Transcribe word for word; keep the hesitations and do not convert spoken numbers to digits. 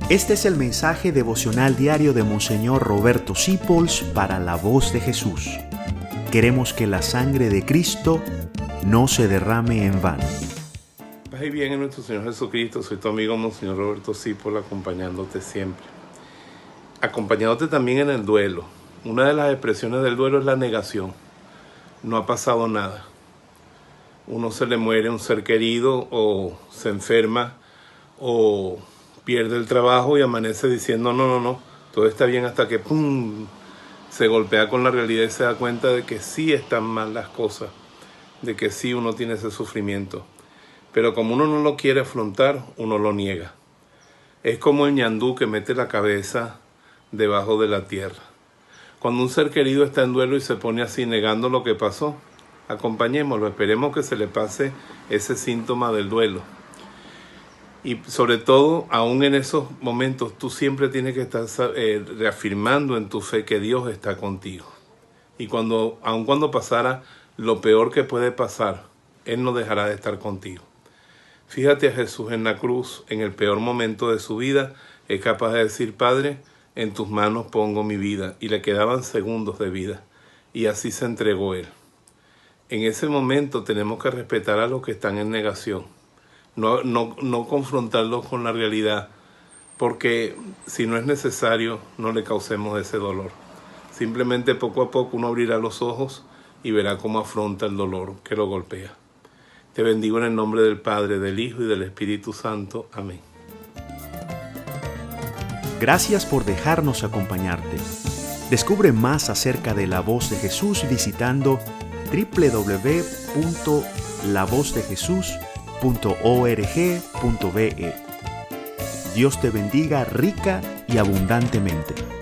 Este es el mensaje devocional diario de Monseñor Roberto Sipols para La Voz de Jesús. Queremos que la sangre de Cristo no se derrame en vano. Paz y bien en nuestro Señor Jesucristo. Soy tu amigo Monseñor Roberto Sipols, acompañándote siempre. Acompañándote también en el duelo. Una de las expresiones del duelo es la negación. No ha pasado nada. Uno se le muere un ser querido o se enferma o pierde el trabajo y amanece diciendo no, no, no, todo está bien hasta que ¡pum! Se golpea con la realidad y se da cuenta de que sí están mal las cosas, de que sí uno tiene ese sufrimiento. Pero como uno no lo quiere afrontar, uno lo niega. Es como el ñandú que mete la cabeza debajo de la tierra. Cuando un ser querido está en duelo y se pone así negando lo que pasó, acompañémoslo, esperemos que se le pase ese síntoma del duelo. Y sobre todo, aún en esos momentos, tú siempre tienes que estar eh, reafirmando en tu fe que Dios está contigo. Y cuando, aun cuando pasara lo peor que puede pasar, Él no dejará de estar contigo. Fíjate a Jesús en la cruz, en el peor momento de su vida, es capaz de decir, Padre, en tus manos pongo mi vida. Y le quedaban segundos de vida. Y así se entregó Él. En ese momento tenemos que respetar a los que están en negación. No, no, no confrontarlos con la realidad, porque si no es necesario, no le causemos ese dolor. Simplemente poco a poco uno abrirá los ojos y verá cómo afronta el dolor que lo golpea. Te bendigo en el nombre del Padre, del Hijo y del Espíritu Santo. Amén. Gracias por dejarnos acompañarte. Descubre más acerca de La Voz de Jesús visitando doble u doble u doble u punto la voz de jesús punto org punto be. Dios te bendiga rica y abundantemente.